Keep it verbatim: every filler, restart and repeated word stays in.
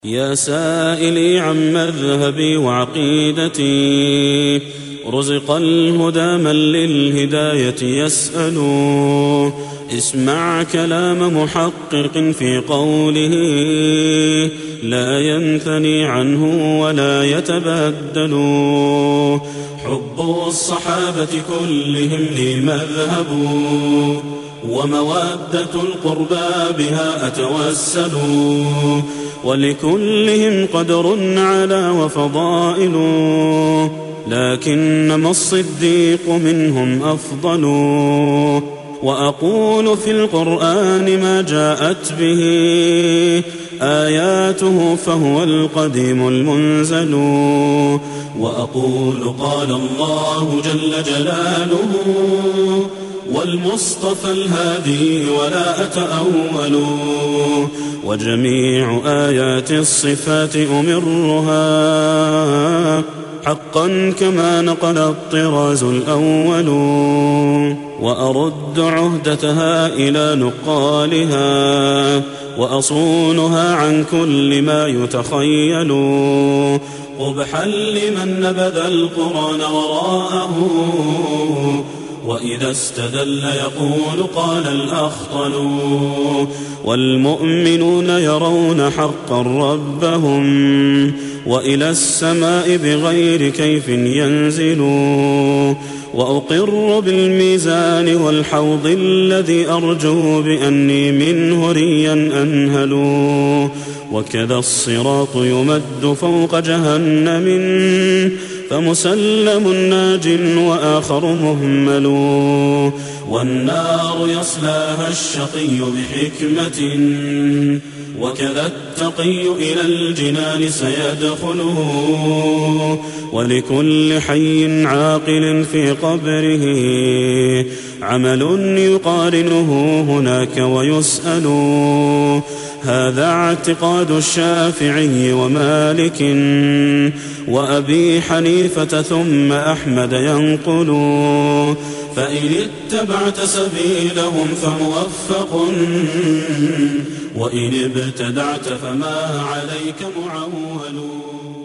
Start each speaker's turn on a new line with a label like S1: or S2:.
S1: يا سائلي عن مذهبي وعقيدتي، رزق الهدى من للهداية يسأل. اسمع كلام محقق في قوله، لا ينثني عنه ولا يتبدل. حب الصحابة كلهم لي مذهب، ومودة القربى بها أتوسل. ولكلهم قدر على وفضائل، لكنما الصديق منهم أفضل. وأقول في القرآن ما جاءت به آياته، فهو القديم المنزل. وأقول قال الله جل جلاله، والمصطفى الهادي ولا أتأول. وجميع آيات الصفات أمرها حقا كما نقل الطراز الأول. وأرد عهدتها إلى نقالها، وأصونها عن كل ما يتخيل. قبحا لمن نبذ القرآن وراءه، وإذا استدل يقول قال الأخطل. والمؤمنون يرون حقا ربهم، وإلى السماء بغير كيف ينزلوا. وأقر بالميزان والحوض الذي أرجو بأني منه ريا أنهل. وكذا الصراط يمد فوق جهنم، فمسلم ناج وآخر مهمل. والنار يصلاها الشقي بحكمة، وكذا التقي إلى الجنان سيدخله. ولكل حي عاقل في قبره عمل يقارنه هناك ويسأل. هذا اعتقاد الشافعي ومالك وأبي حنيفة ثم أحمد ينقل. فإن اتبعت سبيلهم فموفق، وإن ابتدعت فما عليك معول.